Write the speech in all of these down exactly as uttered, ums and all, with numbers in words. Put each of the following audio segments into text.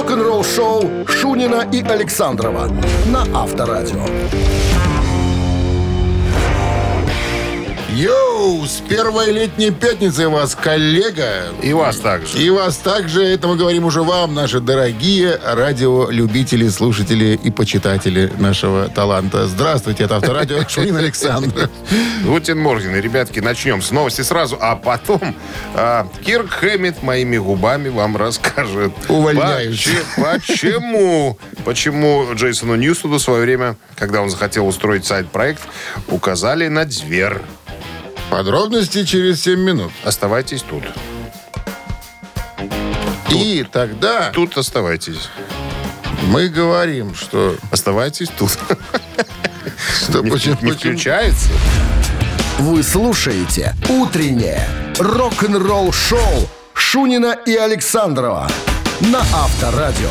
Рок-н-ролл-шоу Шунина и Александрова на Авторадио. Йоу, с первой летней пятницей вас, коллега. И вас также. И вас также. Это мы говорим уже вам, наши дорогие радиолюбители, слушатели и почитатели нашего таланта. Здравствуйте, это Авторадио, Шунин Александр. Гутен Морген, ребятки, начнем с новости сразу, а потом а, Кирк Хэммит моими губами вам расскажет. Увольняюсь. Почему? Почему Джейсону Ньюстеду в свое время, когда он захотел устроить сайт-проект, указали на дверь? Подробности через семь минут. Оставайтесь тут. И тогда Тут оставайтесь. мы говорим, что... Оставайтесь тут. что Не, почему- не почему- включается? Вы слушаете «Утреннее рок-н-ролл-шоу» Шунина и Александрова на Авторадио.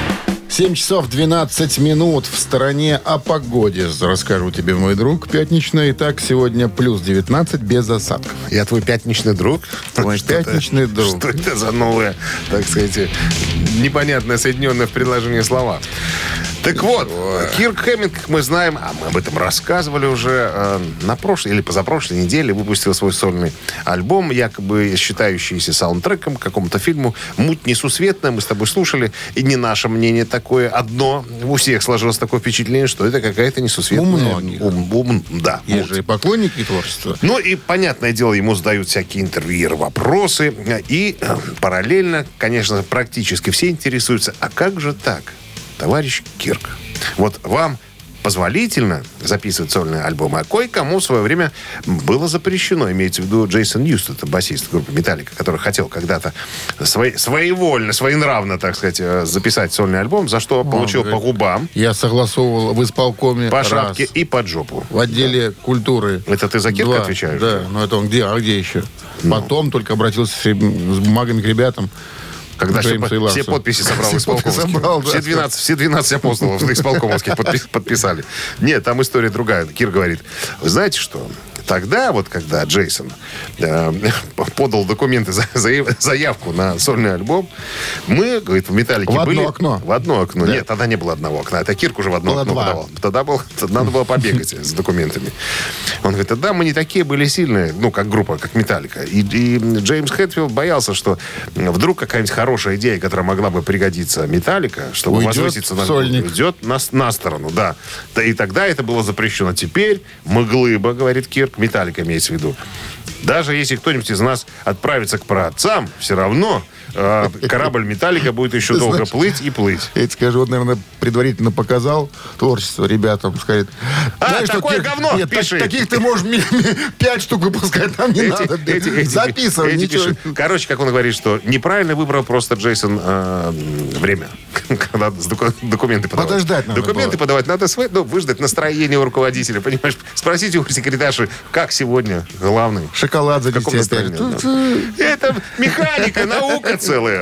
семь часов двенадцать минут. В стороне о погоде расскажу тебе, мой друг, пятничный. Итак, сегодня плюс девятнадцать без осадков. Я твой пятничный друг? Твой Что-то- пятничный друг. Что это за новое, так сказать, непонятное соединенное в предложении слова? Так вот, Кирк Хэммит, как мы знаем, а мы об этом рассказывали уже, э, на прошлой или позапрошлой неделе выпустил свой сольный альбом, якобы считающийся саундтреком к какому-то фильму «Муть несусветная». Мы с тобой слушали, и не наше мнение такое одно. У всех сложилось такое впечатление, что это какая-то несусветная... У многих. Ум, ум- да. Есть муть. же и поклонники творчества. Ну и, понятное дело, ему задают всякие интервьюеры, вопросы. И э, параллельно, конечно, практически все интересуются, а как же так, товарищ Кирк? Вот вам позволительно записывать сольные альбомы, а кое-кому в свое время было запрещено. Имеется в виду Джейсон Ньюстед, басист группы «Металлика», который хотел когда-то свои, своевольно, своенравно, так сказать, э, записать сольный альбом, за что получил говорит, по губам, Я согласовывал в исполкоме по раз, шапке и под жопу. в отделе культуры. Это ты за Кирка Два. отвечаешь? Да, но это он где, а где еще? Потом только обратился с с бумагами к ребятам. Когда все, Джеймсу и Ларсу. все подписи собрал Все исполкомовских. подписи собрал, да. все, двенадцать, все двенадцать апостолов исполкомовских подпи- подписали. Нет, там история другая. Кир говорит, вы знаете что? Тогда, вот когда Джейсон э, подал документы, за, заяв- заявку на сольный альбом, мы, говорит, в «Металлике» В одно были... окно. В одно окно. Да. Нет, тогда не было одного окна. Это Кирк уже в одно Было окно два. подавал. Тогда был, надо было побегать с документами. Он говорит, тогда мы не такие были сильные, ну, как группа, как «Металлика». И, и Джеймс Хэтфилд боялся, что вдруг какая-нибудь хорошая идея, которая могла бы пригодиться «Металлика», чтобы Уйдет возвыситься в на, сольник. уйдет на, на сторону, да. Да. И тогда это было запрещено. Теперь мы глыба, говорит Кирк, «Металлика» имеется в виду. Даже если кто-нибудь из нас отправится к праотцам, все равно э, корабль «Металлика» будет еще Ты долго знаешь, плыть и плыть. Я тебе скажу, вот, наверное, предварительно показал творчество ребятам. Скажет, А, знаешь, такое Кир, говно, нет, так- пиши. таких ты можешь ми- ми- пять штук выпускать, нам не Эти- надо. эти- эти- Записывай, эти ничего. пишут. Короче, как он говорит, что неправильно выбрал просто Джейсон э, время, когда с доку- документы подавать. Подождать надо Документы было. подавать надо свои, ну, выждать настроение у руководителя, понимаешь? Спросите у секретарши, как сегодня главный. Шоколад за В каком десять опять. настроении, Тут, да. э, Это механика, наука целая.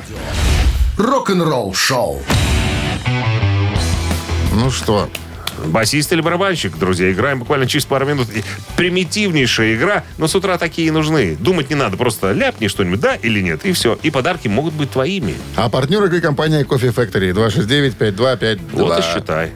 Рок-н-ролл-шоу. Ну что, Басист или барабанщик, друзья, играем буквально через пару минут. И примитивнейшая игра, но с утра такие и нужны. Думать не надо, просто ляпни что-нибудь, да или нет, и все. И подарки могут быть твоими. а партнер игры компания Coffee Factory. два шесть девять пять два пять два. Вот и считай.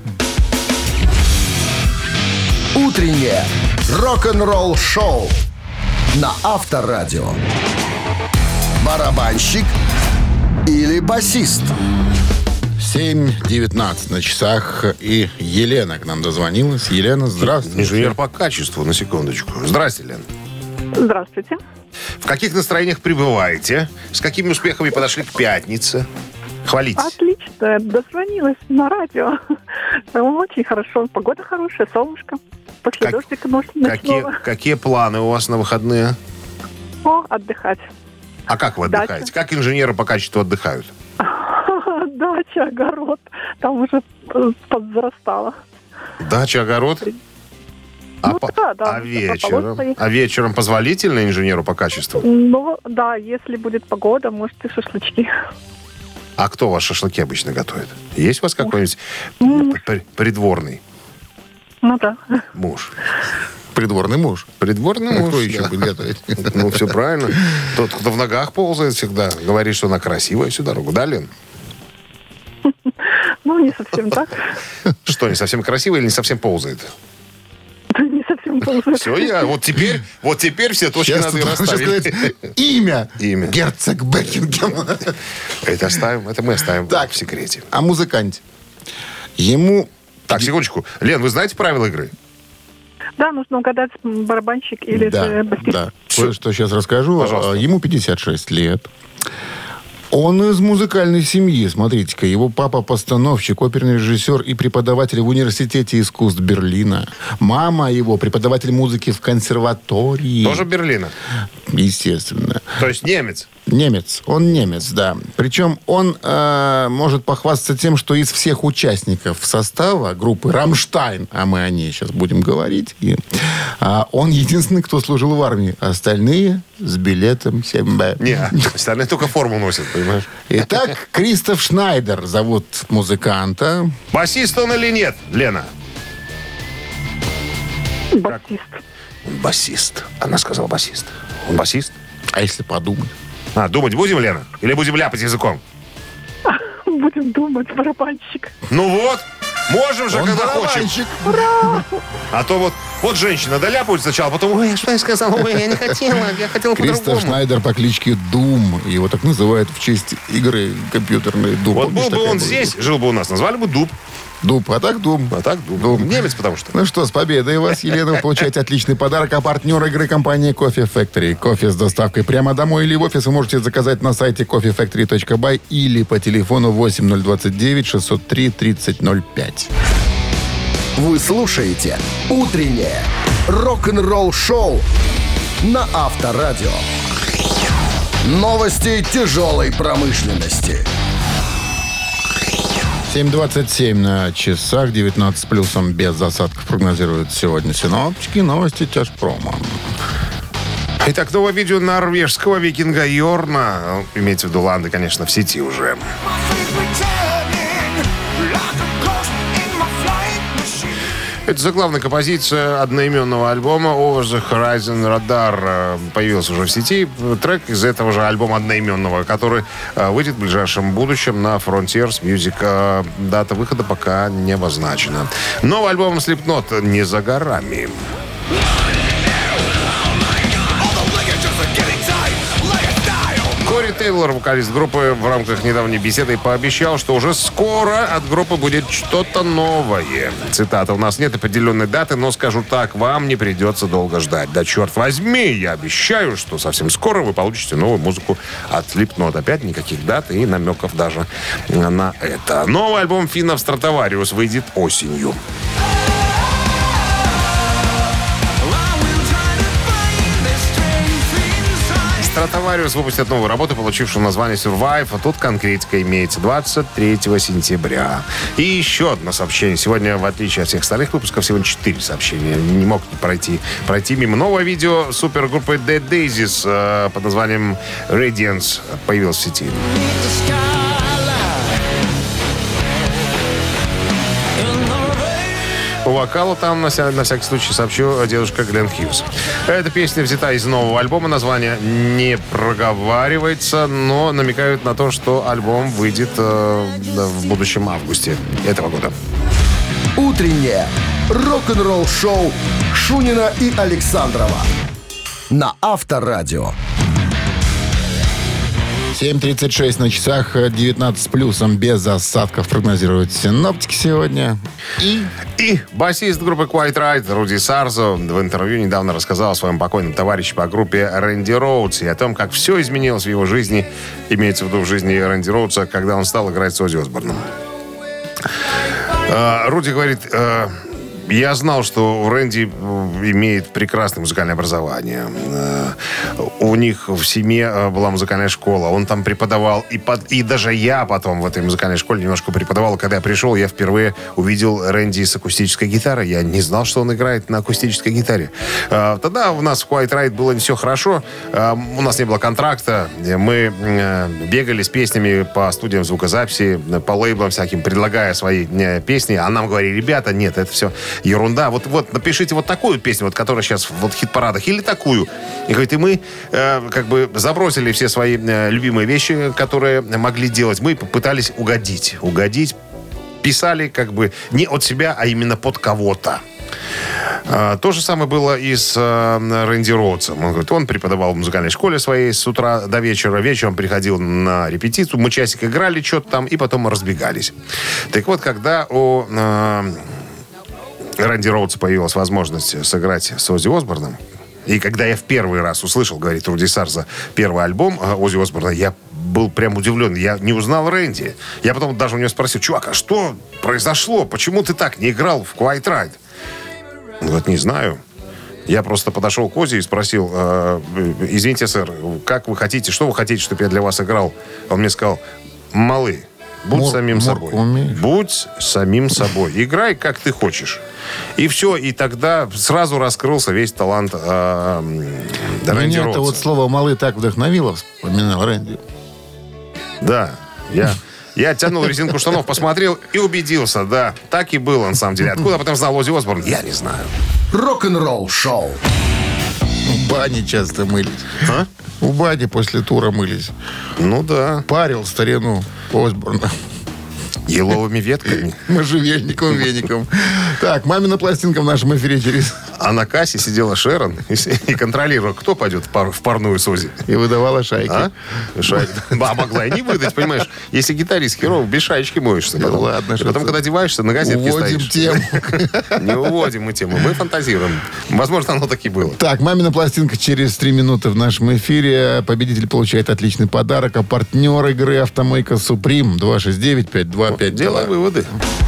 Утреннее рок-н-ролл-шоу на Авторадио. Барабанщик или басист? семь девятнадцать на часах. И Елена к нам дозвонилась. Елена, здравствуйте. Инженер по качеству, на секундочку. Здрасте, Лен. Здравствуйте. В каких настроениях пребываете? С какими успехами подошли к пятнице? Хвалитесь. Отлично. Дозвонилась на радио. Очень хорошо. Погода хорошая, солнышко. После Как- дождика, может, Какие, ночного. какие планы у вас на выходные? О, отдыхать. А как вы Дача. отдыхаете? Как инженеры по качеству отдыхают? Дача, огород. Там уже э, подзарастало. Дача, огород? А, Ну по- да, да, а да, вечером? положено. А вечером позволительно инженеру по качеству? Ну, да, если будет погода, может, и шашлычки. А кто у вас шашлыки обычно готовит? Есть у вас какой-нибудь Муж. при- придворный Ну да. муж? Придворный муж. Придворный Ну, муж, кто еще да. будет готовить? Ну, все правильно. Тот, кто в ногах ползает всегда, говорит, что она красивая всю дорогу. Да, Лен? Ну, не совсем так. Что, не совсем красиво или не совсем ползает? Да не совсем ползает. Все, я вот теперь, вот теперь все точки Сейчас надо и тут нужно расставить. сказать имя. Имя. Герцог Бекингем. Это оставим, это мы оставим Так. в секрете. О музыканте. Ему... Так, секундочку. Лен, вы знаете правила игры? Да, нужно угадать, барабанщик или Да, же басист. да. Кое-что сейчас расскажу. Пожалуйста. Ему пятьдесят шесть лет. Он из музыкальной семьи. Смотрите-ка, его папа постановщик, оперный режиссер и преподаватель в университете искусств Берлина. Мама его преподаватель музыки в консерватории. Тоже Берлина. Естественно. То есть немец. Немец. Он немец, да. Причем он э, может похвастаться тем, что из всех участников состава группы «Рамштайн», а мы о ней сейчас будем говорить, и, э, он единственный, кто служил в армии. Остальные с билетом семь бэ. Не, остальные только форму носят, понимаешь? Итак, Кристоф Шнайдер зовут музыканта. Басист он или нет, Лена? Басист. Он басист. Она сказала басист. Он басист? А если подумать? А, думать будем, Лена? Или будем ляпать языком? Будем думать, барабанщик. Ну вот, можем же, Он когда хочем. барабанщик. А то вот, вот женщина доляпают сначала, потом, ой, что я сказала, ой, я не хотела, я хотела Кристоф по-другому. Шнайдер по кличке Дум. Его так называют в честь игры компьютерной Дум. Вот Помнишь, был бы такая он была? здесь, жил бы у нас, назвали бы Дуб. Дуб, а так Дум. А так Дуб. Дум. Немец, потому что. Ну что, с победой вас, Елена. Вы получаете отличный подарок. А партнер игры компания Coffee Factory. Кофе с доставкой прямо домой или в офис вы можете заказать на сайте кофе фэктори точка бай или по телефону восемь ноль двадцать девять шестьсот три тридцать ноль пять. Вы слушаете «Утреннее рок-н-ролл-шоу» на Авторадио. Новости тяжелой промышленности. семь двадцать семь на часах, девятнадцать с плюсом без осадков прогнозируют сегодня синоптики. Новости тяжпрома. Итак, новое видео норвежского викинга Йорна, имеется в виду Ланды, конечно, в сети уже. Это заглавная композиция одноименного альбома Over the Horizon Radar. Появился уже в сети. Трек из этого же альбома одноименного, который выйдет в ближайшем будущем на Frontiers Music. Дата выхода пока не обозначена. Новый альбом Slipknot не за горами. Кори Тейлор, вокалист группы, в рамках недавней беседы пообещал, что уже скоро от группы будет что-то новое. Цитата: «У нас нет определенной даты, но скажу так, вам не придется долго ждать. Да черт возьми, я обещаю, что совсем скоро вы получите новую музыку от Slipknot». Опять никаких дат и намеков даже на это. Новый альбом финнов Stratovarius выйдет осенью. Stratovarius выпустит новую работу, получившую название Survive, а тут конкретика имеется двадцать третьего сентября. И еще одно сообщение. Сегодня, в отличие от всех остальных выпусков, всего четыре сообщения. Не мог не пройти, пройти мимо. Новое видео супергруппы Dead Daisies э, под названием Radiance появилось в сети. По вокалу там, на, ся, на всякий случай, сообщу, девушка Глен Хьюз. Эта песня взята из нового альбома. Название не проговаривается, но намекают на то, что альбом выйдет э, в будущем августе этого года. Утреннее рок-н-ролл-шоу Шунина и Александрова на Авторадио. семь тридцать шесть на часах, девятнадцать с плюсом без осадков прогнозируют синоптики сегодня. И... И басист группы Quiet Riot Руди Сарзо в интервью недавно рассказал о своем покойном товарище по группе Рэнди Роудс и о том, как все изменилось в его жизни, имеется в виду в жизни Рэнди Роудса, когда он стал играть с Оззи Осборном. Руди говорит: я знал, что Рэнди имеет прекрасное музыкальное образование. У них в семье была музыкальная школа. Он там преподавал. И, под, и даже я потом в этой музыкальной школе немножко преподавал. Когда я пришел, я впервые увидел Рэнди с акустической гитарой. Я не знал, что он играет на акустической гитаре. Тогда у нас в Quiet Riot было не все хорошо. У нас не было контракта. Мы бегали с песнями по студиям звукозаписи, по лейблам всяким, предлагая свои песни. А нам говорили: ребята, нет, это все ерунда. Вот, вот напишите вот такую песню, вот, которая сейчас вот в хит-парадах, или такую. И говорит, и мы э, как бы забросили все свои э, любимые вещи, которые могли делать. Мы попытались угодить. Угодить писали как бы не от себя, а именно под кого-то. А, то же самое было и с а, Рэнди Роудсом. Он говорит, он преподавал в музыкальной школе своей с утра до вечера. Вечером приходил на репетицию, мы часик играли что-то там, и потом разбегались. Так вот, когда у а, Рэнди Роудса появилась возможность сыграть с Оззи Осборном, и когда я в первый раз услышал, говорит Руди Сарза, первый альбом Оззи Осборна, я был прям удивлен. Я не узнал Рэнди. Я потом даже у него спросил, чувак, а что произошло? Почему ты так не играл в Quiet Riot? Он говорит, не знаю. Я просто подошел к Оззи и спросил, э, извините, сэр, как вы хотите, что вы хотите, чтобы я для вас играл? Он мне сказал, малый, будь Мор, самим собой. умеешь. Будь самим собой. Играй, как ты хочешь. И все. И тогда сразу раскрылся весь талант э, Рэнди Меня это Роудса. вот слово «малый» так вдохновило, вспоминал Рэнди. Да, я... Я тянул резинку штанов, посмотрел и убедился, да. Так и было, на самом деле. Откуда потом знал Оззи Осборн, я не знаю. Рок-н-ролл шоу. В бане часто мылись. А? У бани после тура мылись. Ну да. Парил старину Осборна. Еловыми ветками. Можжевельником, веником. Так, «Мамина пластинка» в нашем эфире через... А на кассе сидела Шерон и, и контролировала, кто пойдет в, пар, в парную с Оззи. И выдавала шайки. А? Шай... А могла и не выдать, понимаешь. Если гитарист херов, без шаечки моешься. Да Потом, ладно, что потом ты. когда одеваешься, на газетке Уводим стоишь. тему. Не уводим мы тему, мы фантазируем. Возможно, оно так и было. Так, «Мамина пластинка» через три минуты в нашем эфире. Победитель получает отличный подарок. А партнер игры «Автомойка Суприм» два шесть девять пять два пять два. Делай выводы.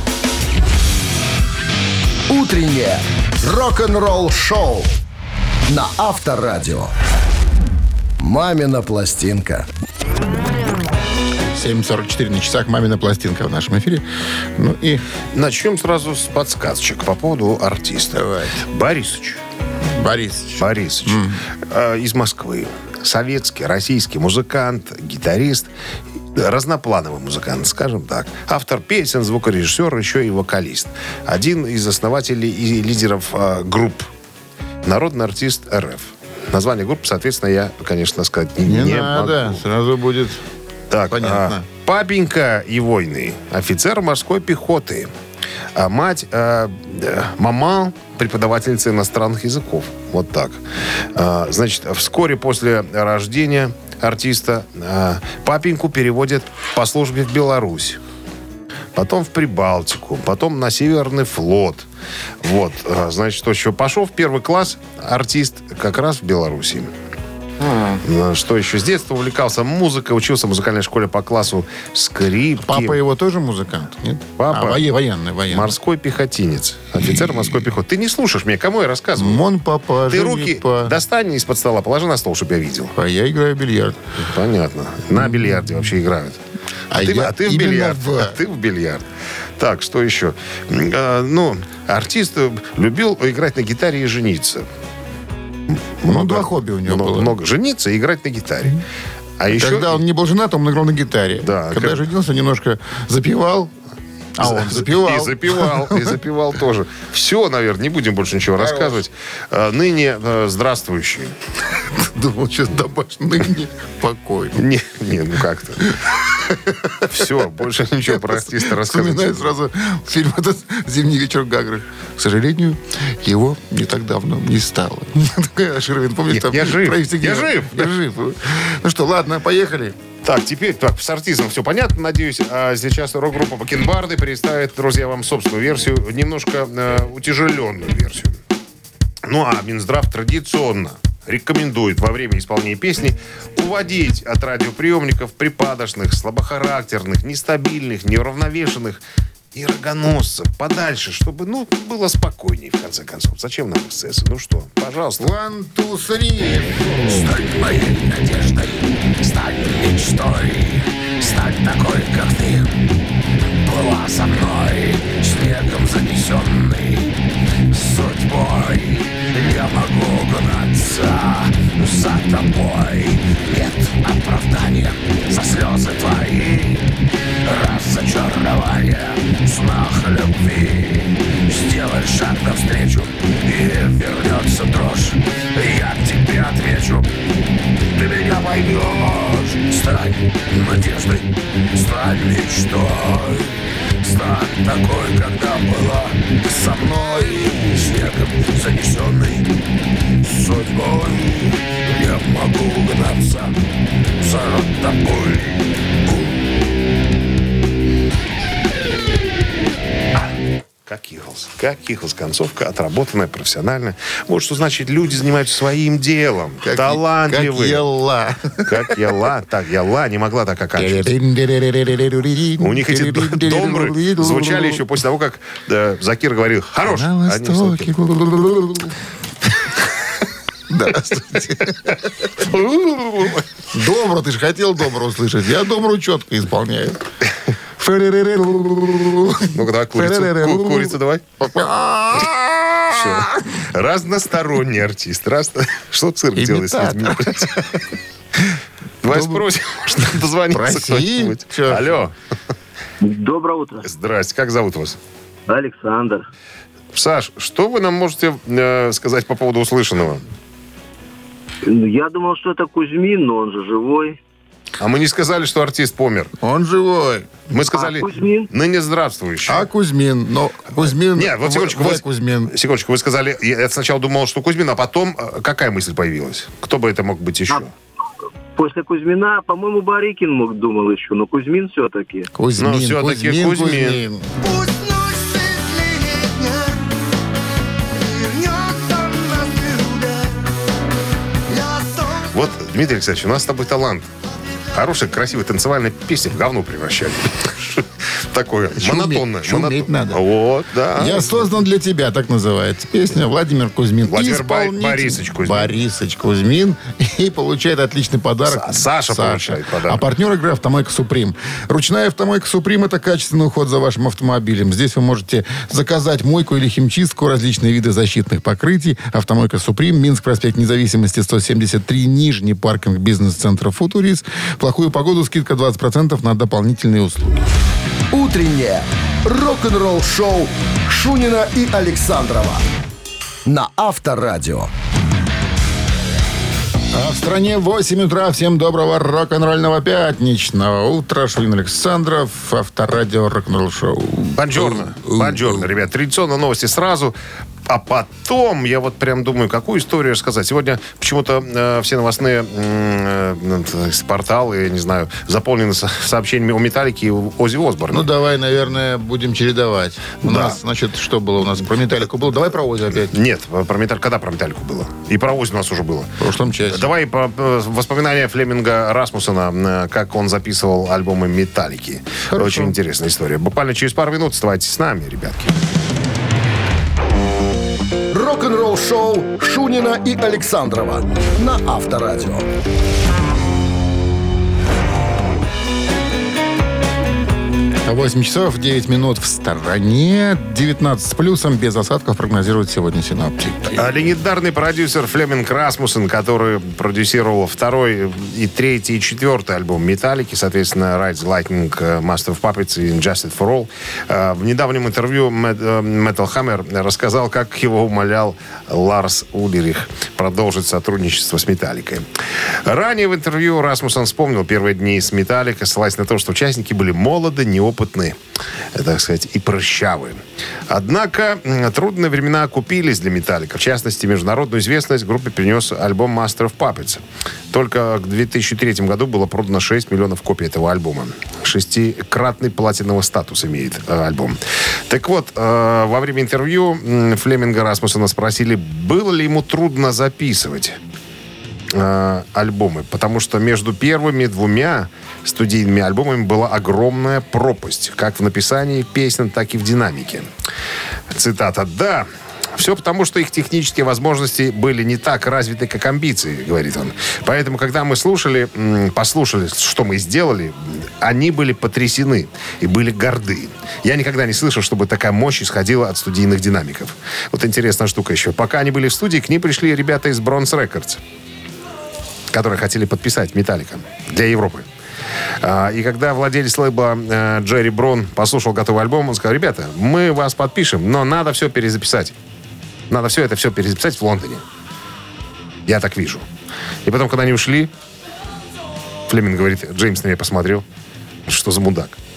Утреннее рок-н-ролл шоу на Авторадио. «Мамина пластинка». семь сорок четыре на часах. «Мамина пластинка» в нашем эфире. Ну и... Начнем сразу с подсказочек по поводу артиста. Давай. Борисыч. Борисович. Борисыч. Э, из Москвы. Советский, российский музыкант, гитарист. Разноплановый музыкант, скажем так. Автор песен, звукорежиссер, еще и вокалист. Один из основателей и лидеров э, групп. Народный артист эр эф. Название группы, соответственно, я, конечно, сказать не, Не, не надо, могу. сразу будет... Так, понятно. а, папенька и войны, офицер морской пехоты. А мать, а, э, мама, преподавательница иностранных языков. Вот так. А, значит, вскоре после рождения артиста а, папеньку переводят по службе в Беларусь. Потом в Прибалтику, потом на Северный флот. Вот, а, значит, что еще? Пошел в первый класс артист как раз в Беларуси. А. Что еще? С детства увлекался музыкой, учился в музыкальной школе по классу скрипки. Папа его тоже музыкант, нет? Папа. А, воен- военный, военный. Морской пехотинец. Офицер морской пехоты. Ты не слушаешь меня, кому я рассказываю? Мон папа, Ты жени руки па. достань из-под стола, положи на стол, чтобы я видел. А я играю в бильярд. Понятно. На бильярде вообще играют. А, А ты, я а ты в именно бильярд. в- А ты в бильярд. Так, что еще? А, ну, артист любил играть на гитаре и жениться. Ну, два хобби у него много, было. много. Жениться и играть на гитаре. А еще... Когда он не был женат, он играл на гитаре. Да, Когда как- женился, немножко запевал. А он запевал. И запевал, и запевал тоже. Все, наверное, не будем больше ничего рассказывать. А, ныне а, здравствующий. Думал, сейчас добавишь ныне покойный. Не, не, ну как-то. Все, больше ничего про артиста рассказывать. Вспоминаю сразу фильм этот «Зимний вечер в Гаграх». К сожалению, его не так давно не стало. Такая Ширвин, помнишь, Я- там... я жив, про Евстигнеева? я жив. Я жив. Ну что, ладно, поехали. Так, теперь так, с артистом все понятно, надеюсь. А сейчас рок-группа Бакенбарды представит, друзья, вам собственную версию, немножко э, утяжеленную версию. Ну, а Минздрав традиционно рекомендует во время исполнения песни уводить от радиоприемников припадочных, слабохарактерных, нестабильных, неуравновешенных и рогоносцев подальше, чтобы, ну, было спокойнее, в конце концов. Зачем нам эксцессы? Ну что, пожалуйста. One, two, three. Стань моей надеждой, стань мечтой, стань такой, как ты. Была со мной, снегом занесенный, судьбой. Я могу гнаться за тобой. Нет оправдания за слезы твои. Разочарование в снах любви. Сделай шаг навстречу, и вернется дрожь. Я к тебе отвечу, ты меня поймешь. Стань надеждой, стань мечтой. Стать такой, когда была со мной, снегом занесенный судьбой. Я могу гнаться за тобой. Как Иглс. Как Иглс. Концовка отработанная, профессиональная. Вот что значит, люди занимаются своим делом. Как, талантливые. Как Елла. Как Елла. Так, Елла не могла так оканчиваться. У них эти домбры звучали еще после того, как э, Закир говорил «хорош». На Они востоке. вступили. Здравствуйте. Добро, ты же хотел добро услышать. Я добру четко исполняю. Ну-ка, давай курицу. Ку- Курицу давай. Всё. Разносторонний артист. Раз... Что цирк делает с людьми? Давай спросим, что дозвониться Проси. кто-нибудь. Чё? Алло. Доброе утро. Здрасте. Как зовут вас? Александр. Саш, что вы нам можете э, сказать по поводу услышанного? Я думал, что это Кузьмин, но он же живой. А мы не сказали, что артист помер. Он живой. Мы сказали, А Кузьмин? ныне здравствующий. А Кузьмин? Но Кузьмин... Нет, вот секундочку. В, Вы, в Кузьмин. секундочку, вы сказали, я сначала думал, что Кузьмин, а потом э, какая мысль появилась? Кто бы это мог быть еще? А после Кузьмина, по-моему, Барыкин мог, думал еще, но Кузьмин все-таки. Кузьмин, Ну, все-таки Кузьмин, Кузьмин. Кузьмин. Вот, Дмитрий Александрович, у нас с тобой талант. Хорошая, красивая танцевальная песня в говно превращали. Такое Шуметь- монотонное. шуметь монотон- надо. Вот, да. Я создан для тебя, так называется песня. Владимир Кузьмин. Владимир Ба- Исполнитель Борисович Кузьмин. Борисович Кузьмин. И получает отличный подарок. Са- Саша получает подарок. А партнер игры «Автомойка Суприм». Ручная «Автомойка Суприм» — это качественный уход за вашим автомобилем. Здесь вы можете заказать мойку или химчистку, различные виды защитных покрытий. «Автомойка Суприм», Минск, проспект Независимости, сто семьдесят три, Нижний паркинг бизнес-центра «Футурис». В плохую погоду скидка двадцать процентов на дополнительные услуги. Утреннее рок-н-ролл-шоу Шунина и Александрова на Авторадио. А в стране восемь утра. Всем доброго рок-н-ролльного пятничного утра. Шунин Александров, Авторадио, рок-н-ролл шоу. Бонжорно. Бонжорно, ребят. Традиционно новости сразу. А потом я вот прям думаю, какую историю рассказать. Сегодня почему-то э, все новостные э, э, порталы, я не знаю, заполнены со- сообщениями о Металлике и Оззи Осборне. Ну, давай, наверное, будем чередовать. У Да. нас, значит, что было у нас? Про Металлику было. Давай про Оззи опять. Нет, про Металлику. Когда про Металлику было? И про Оззи у нас уже было. В прошлом части. Давай по э, воспоминания Флеминга Расмуссена, э, как он записывал альбомы Металлики. Хорошо. Очень интересная история. Буквально через пару минут оставайтесь с нами, ребятки. Рок-н-ролл-шоу Шунина и Александрова на Авторадио. восемь часов девять минут в стороне. девятнадцать с плюсом. Без осадков прогнозируют сегодня синоптики. А легендарный продюсер Флеминг Расмуссен, который продюсировал второй и третий и четвертый альбом Металлики, соответственно, Ride the Lightning, Master of Puppets и Injustice for All, в недавнем интервью Metal Hammer рассказал, как его умолял Ларс Улрих продолжить сотрудничество с Металликой. Ранее в интервью Расмуссен вспомнил первые дни с Металликой, ссылаясь на то, что участники были молоды, неопытны, так сказать, и прыщавые. Однако трудные времена окупились для Металлика. В частности, международную известность группе принес альбом Master of Puppets. Только к две тысячи третьему году было продано шесть миллионов копий этого альбома. Шестикратный платиновый статус имеет э, альбом. Так вот, э, во время интервью м, Флеминга Расмуссена спросили, было ли ему трудно записывать э, альбомы, потому что между первыми двумя студийными альбомами была огромная пропасть, как в написании песен, так и в динамике. Цитата: «Да, все потому, что их технические возможности были не так развиты, как амбиции», — говорит он. «Поэтому, когда мы слушали, послушали, что мы сделали, они были потрясены и были горды. Я никогда не слышал, чтобы такая мощь исходила от студийных динамиков». Вот интересная штука еще. Пока они были в студии, к ним пришли ребята из Bronze Records, которые хотели подписать Металлика для Европы. И когда владелец лейбла э, Джерри Брон послушал готовый альбом, он сказал: «Ребята, мы вас подпишем, но надо все перезаписать. Надо все это все перезаписать в Лондоне. Я так вижу». И потом, когда они ушли, Флеминг говорит: «Джеймс на меня посмотрел. Что за мудак?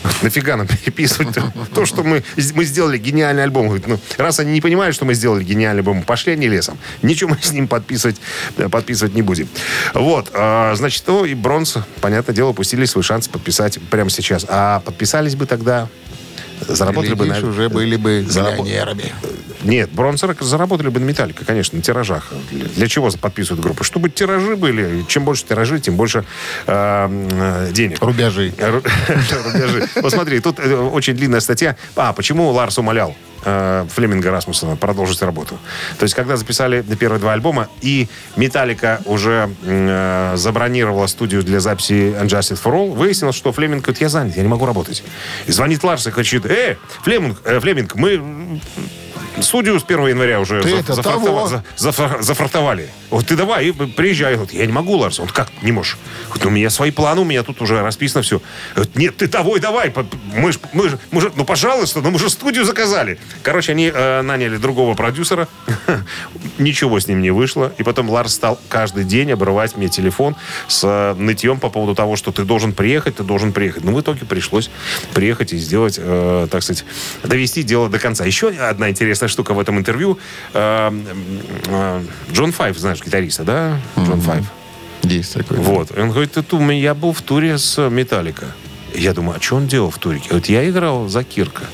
Нафига нам переписывать то, что мы, мы сделали гениальный альбом? Говорит, ну, раз они не понимают, что мы сделали гениальный альбом, пошли они лесом. Ничего мы с ним подписывать, подписывать не будем. Вот, а, значит, ну и Бронс, понятное дело, упустили свой шанс подписать прямо сейчас. А подписались бы тогда, заработали бы... Глядишь, на... уже были бы Зараб- миллионерами. Нет, Бронсер заработали бы на Металлика, конечно, на тиражах. Для, для чего подписывают группы? Чтобы тиражи были. Чем больше тиражи, тем больше э, денег. Рубежи. Рубежи. Вот смотри, тут очень длинная статья. А, почему Ларс умолял э, Флеминга Расмуссена продолжить работу? То есть, когда записали первые два альбома, и Металлика уже э, забронировала студию для записи Unjustice for All, выяснилось, что Флеминг говорит, я занят, я не могу работать. И звонит Ларс и кричит, э, Флеминг, э, Флеминг, мы... студию с первого января уже Ты за, это зафрахтова- за- зафра- зафрахтовали. Вот ты давай, приезжай. Вот, я не могу, Ларс. Он как не можешь? Вот, у меня свои планы, у меня тут уже расписано все. Вот, нет, ты того и давай. Мы ж, мы ж, мы ж, ну, пожалуйста, ну мы же студию заказали. Короче, они э, наняли другого продюсера. Ничего с ним не вышло. И потом Ларс стал каждый день обрывать мне телефон с э, нытьем по поводу того, что ты должен приехать, ты должен приехать. Ну, в итоге пришлось приехать и сделать, э, так сказать, довести дело до конца. Еще одна интересная штука в этом интервью. Э, э, Джон Файв, знаешь, гитариста, да? Джон Файв. Есть такой. Вот. И он говорит, ты думаешь, я был в туре с Металлика. Я думаю, а что он делал в туре? Вот я играл за Кирка.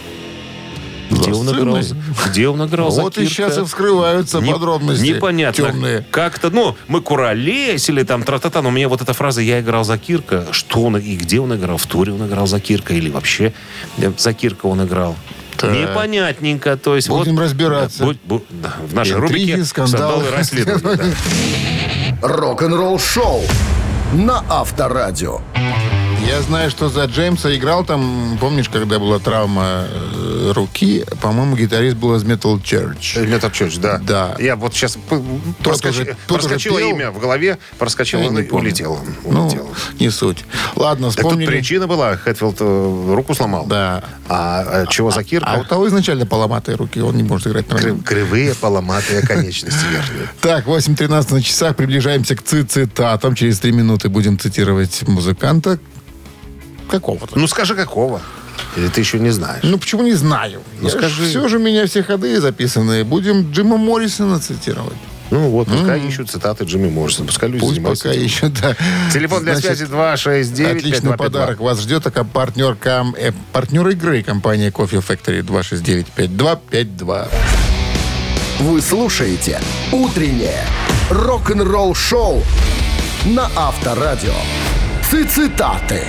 Где он, играл, за- где он играл за Вот Кирка? и сейчас и вскрываются Не- подробности. Непонятно. Темные. Как-то, ну, мы куролесили там, тра-та-та, но у меня вот эта фраза «я играл за Кирка», что он и где он играл? В туре он играл за Кирка или вообще за Кирка он играл? Так. Непонятненько. То есть, Будем вот, разбираться. да, будь- будь- да, в нашей Интриги, рубрике скандалы. «Скандалы и расследования». да. Рок-н-ролл шоу на Авторадио. Я знаю, что за Джеймса играл там, помнишь, когда была травма э, руки, по-моему, гитарист был из Metal Church. Metal Church, да. Да. Я вот сейчас проскоч... уже- тот уже проскочило пел. имя в голове, проскочило Я не и помню. улетело. Ну, улетело. не суть. Ладно, Так тут вспомнили. причина была, Хэтфилд э, руку сломал. Да. А, а чего за Кирка? А у того изначально поломатые руки, он не может играть Кры- нормально. Кривые поломатые конечности верхние. Так, восемь тринадцать на часах, приближаемся к цитатам. Через три минуты будем цитировать музыканта какого-то. Ну скажи, какого? Или ты еще не знаешь? Ну, почему не знаю? Ну, скажи. Все же у меня все ходы записаны. Будем Джима Моррисона цитировать. Ну вот, пускай ищут цитаты Джимми Моррисона. Пускай люди Пусть занимаются пока этим. еще, да. Телефон для Значит, связи два шесть девять пять отличный два пять два. подарок вас ждет. А партнер, кам, э, партнер игры компания Coffee Factory два шесть девять пять два пять два. Вы слушаете «Утреннее рок-н-ролл-шоу» на Авторадио. Цитаты.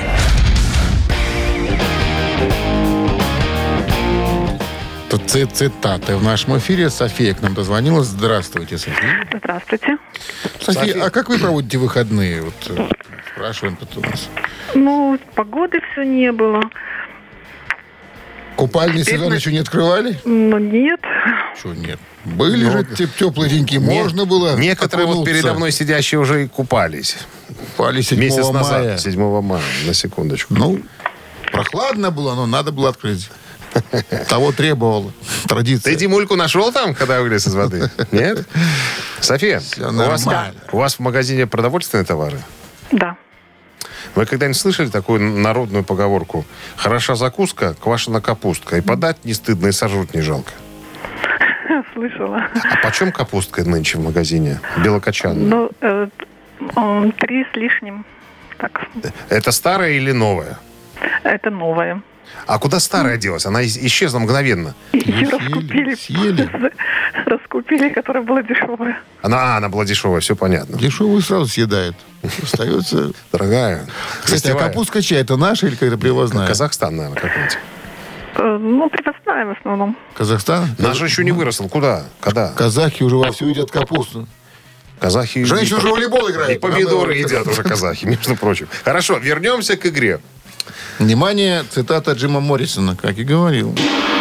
Тут ци- цитаты. В нашем эфире София к нам дозвонилась. Здравствуйте, София. Здравствуйте. София, София. а как вы проводите выходные? Вот, э, спрашиваем тут у нас. Ну, погоды все не было. Купальный Теперь сезон мы- еще не открывали? Но нет. Что нет? Были же те- теплые деньки, можно было Некоторые вот окунуться. передо мной сидящие уже и купались. Купали седьмого Месяц назад. мая. седьмого мая, на секундочку. Ну, прохладно было, но надо было открыть. Того требовала традиция. Ты Димульку нашел там, когда вылез из воды? Нет? София, Всё у вас, нормально. у вас в магазине продовольственные товары? Да. Вы когда-нибудь слышали такую народную поговорку? Хороша закуска, квашена капустка. И подать не стыдно, и сожрать не жалко. Слышала. А почем капустка нынче в магазине? Белокочанная. Ну, э, м, три с лишним. Так, Это старая или новая? это новое. А куда старая делась? Она ис- исчезла мгновенно. Ее съели, раскупили. съели. Раскупили, которая была дешевая. Она, а, она была дешевая, все понятно. Дешевую сразу съедают. Остается... Дорогая. Кстати, а гостевая. капустка чья? Это наша или какая-то привозная? Казахстан, наверное, какой-нибудь. Э, Ну, привозная в основном. Казахстан? Наш еще не выросл. Куда? Когда? Казахи уже вовсю едят капусту. Казахи... Женщины и- уже в волейбол играют. И помидоры едят уже казахи, между прочим. Хорошо, вернемся к игре. Внимание, цитата Джима Моррисона, как и говорил.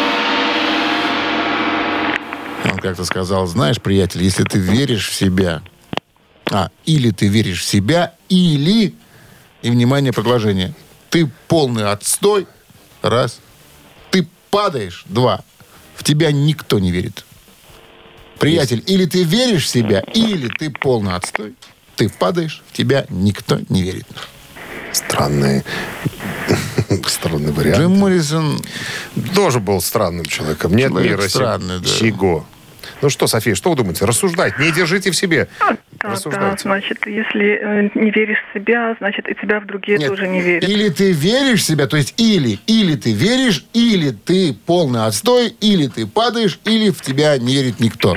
Он как-то сказал, знаешь, приятель, если ты веришь в себя, а, или ты веришь в себя, или, и, внимание, предложение, ты полный отстой, раз, ты падаешь, два, в тебя никто не верит. Приятель, или ты веришь в себя, или ты полный отстой, ты падаешь, в тебя никто не верит. Странные. Странный вариант. Джим Моррисон Тоже был странным человеком. Нет Человек мира странный, да. сего. Ну что, София, что вы думаете? Рассуждайте. Не держите в себе. Да, да, Рассуждайте. значит, если э, не веришь в себя, значит, и тебя в другие Нет, тоже не верят. Или ты веришь в себя, то есть или, или ты веришь, или ты полный отстой, или ты падаешь, или в тебя не верит никто.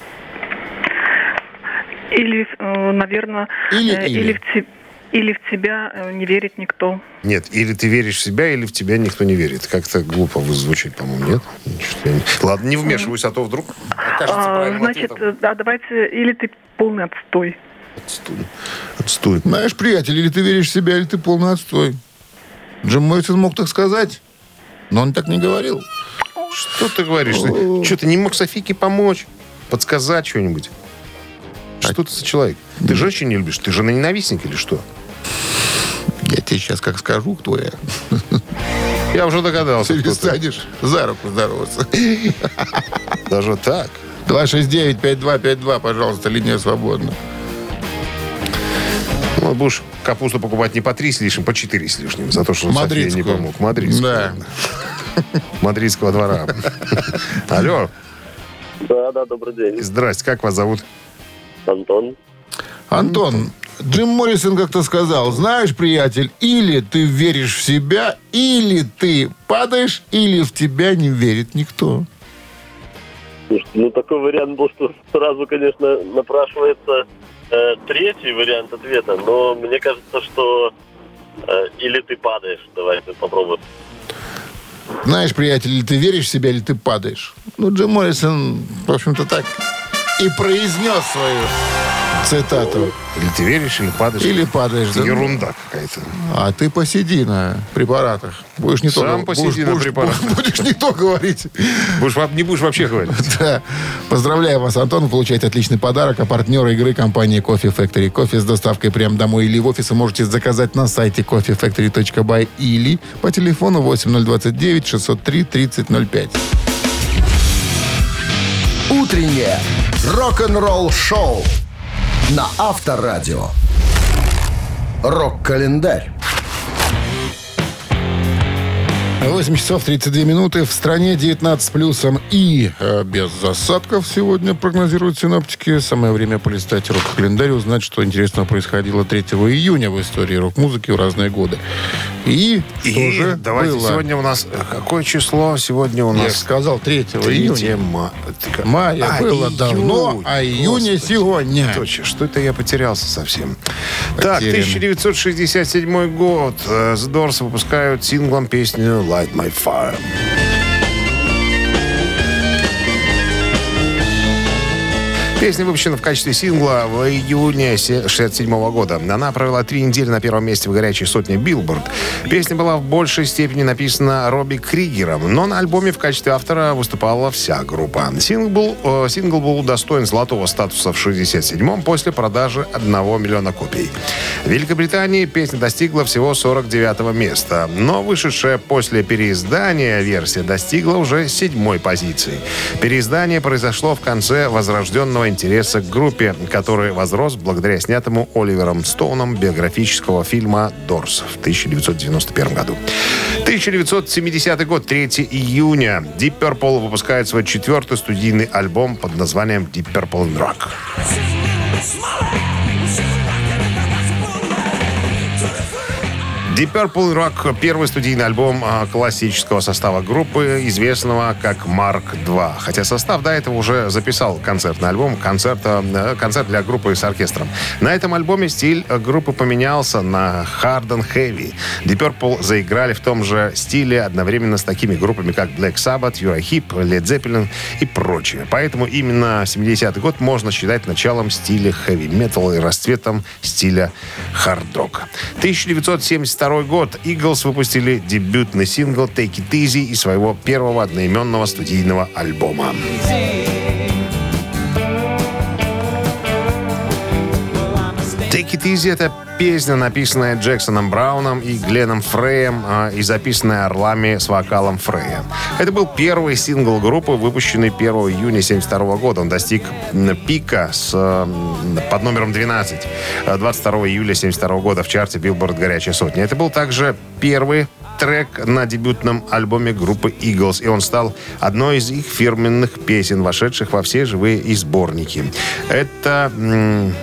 Или, э, наверное, Или- э, или. или, в те- или в тебя э, не верит никто. Нет, или ты веришь в себя, или в тебя никто не верит. Как-то глупо вы звучит, по-моему, нет? Что-то я не- Ладно, не вмешиваюсь, а то вдруг окажется А, правильным значит, ответом. э, да, давайте, или ты полный отстой. Отстой. Отстой. Знаешь, приятель, или ты веришь в себя, или ты полный отстой. Джим Моррисон мог так сказать, но он так не говорил. Что ты говоришь? Ты, что, ты не мог Софийке помочь? Подсказать что-нибудь? Что ты за человек? Ты женщин не любишь? Ты жена-ненавистник или что? Я тебе сейчас как скажу, кто я. Я уже догадался. кто ты. Перестанешь за руку здороваться. Даже так? два шесть девять пять два пять два, пожалуйста, линия свободна. Ну, будешь капусту покупать не по три с лишним, по четыре с лишним. За то, что София не Мадридскую. помог. Мадридскую. Да. Мадридского двора. Алло. Да, да, добрый день. Здрасте, как вас зовут? Антон. Антон, Джим Моррисон как-то сказал, знаешь, приятель, или ты веришь в себя, или ты падаешь, или в тебя не верит никто. Слушайте, ну такой вариант был, что сразу, конечно, напрашивается э, третий вариант ответа, но мне кажется, что э, или ты падаешь. Давайте попробуем. Знаешь, приятель, или ты веришь в себя, или ты падаешь. Ну, Джим Моррисон, в общем-то, так и произнес свою цитату. Или ты веришь, или падаешь. Или падаешь. Это да. ерунда какая-то. А ты посиди на препаратах. Будешь не Сам то, посиди будешь, на будешь- препаратах. Будешь не то говорить. Будешь, во- не будешь вообще говорить. Да. Поздравляю вас, Антон. Вы получаете отличный подарок. А партнер игры — компания Coffee Factory. Кофе с доставкой прямо домой или в офис вы можете заказать на сайте кофе фэктори точка бай или по телефону восемь ноль двадцать девять шестьсот три тридцать ноль пять. Утреннее рок-н-ролл-шоу на Авторадио. Рок-календарь. восемь часов тридцать две минуты. В стране девятнадцать с плюсом и э, без засадков сегодня прогнозируют синоптики. Самое время полистать рок-календарь, узнать, что интересного происходило третьего июня в истории рок-музыки в разные годы. И что И же давайте было? сегодня у нас... э, Какое число сегодня у Я же нас? сказал, третьего третьего июня. ма- ты- Мая А, было июнь, давно, а июня господи. сегодня. Точно, что это я потерялся совсем. Так, Потерян. тысяча девятьсот шестьдесят седьмой год. э, The Doors выпускают синглом песню «Light My Fire». Песня выпущена в качестве сингла в июне шестьдесят седьмого года. Она провела три недели на первом месте в горячей сотне Billboard. Песня была в большей степени написана Робби Кригером, но на альбоме в качестве автора выступала вся группа. Сингл был, э, сингл был удостоен золотого статуса в шестьдесят седьмом после продажи одного миллиона копий. В Великобритании песня достигла всего сорок девятого места, но вышедшая после переиздания версия достигла уже седьмой позиции. Переиздание произошло в конце возрожденного интереса к группе, который возрос благодаря снятому Оливером Стоуном биографического фильма «Дорс» в тысяча девятьсот девяносто первом году. тысяча девятьсот семидесятый год, третьего июня. Deep Purple выпускает свой четвертый студийный альбом под названием Deep Purple in Rock. Deep Purple Rock — первый студийный альбом а, классического состава группы, известного как Марк два. Хотя состав до этого уже записал концертный альбом, концерт, а, концерт для группы с оркестром. На этом альбоме стиль группы поменялся на hard and heavy. Deep Purple заиграли в том же стиле одновременно с такими группами, как Black Sabbath, Uriah Heep, Led Zeppelin и прочее. Поэтому именно семидесятый год можно считать началом стиля хэви-метал и расцветом стиля хард-рок. тысяча девятьсот семьдесят второй год. Eagles выпустили дебютный сингл «Take It Easy» из своего первого одноименного студийного альбома. «Take It Easy» — это песня, написанная Джексоном Брауном и Гленном Фреем а, и записанная орлами с вокалом Фрея. Это был первый сингл группы, выпущенный первого июня семьдесят второго года. Он достиг пика с, под номером двенадцать двадцать второго июля семьдесят второго года в чарте Billboard «Горячая сотня». Это был также первый трек на дебютном альбоме группы Eagles, и он стал одной из их фирменных песен, вошедших во все живые и сборники. Это... М-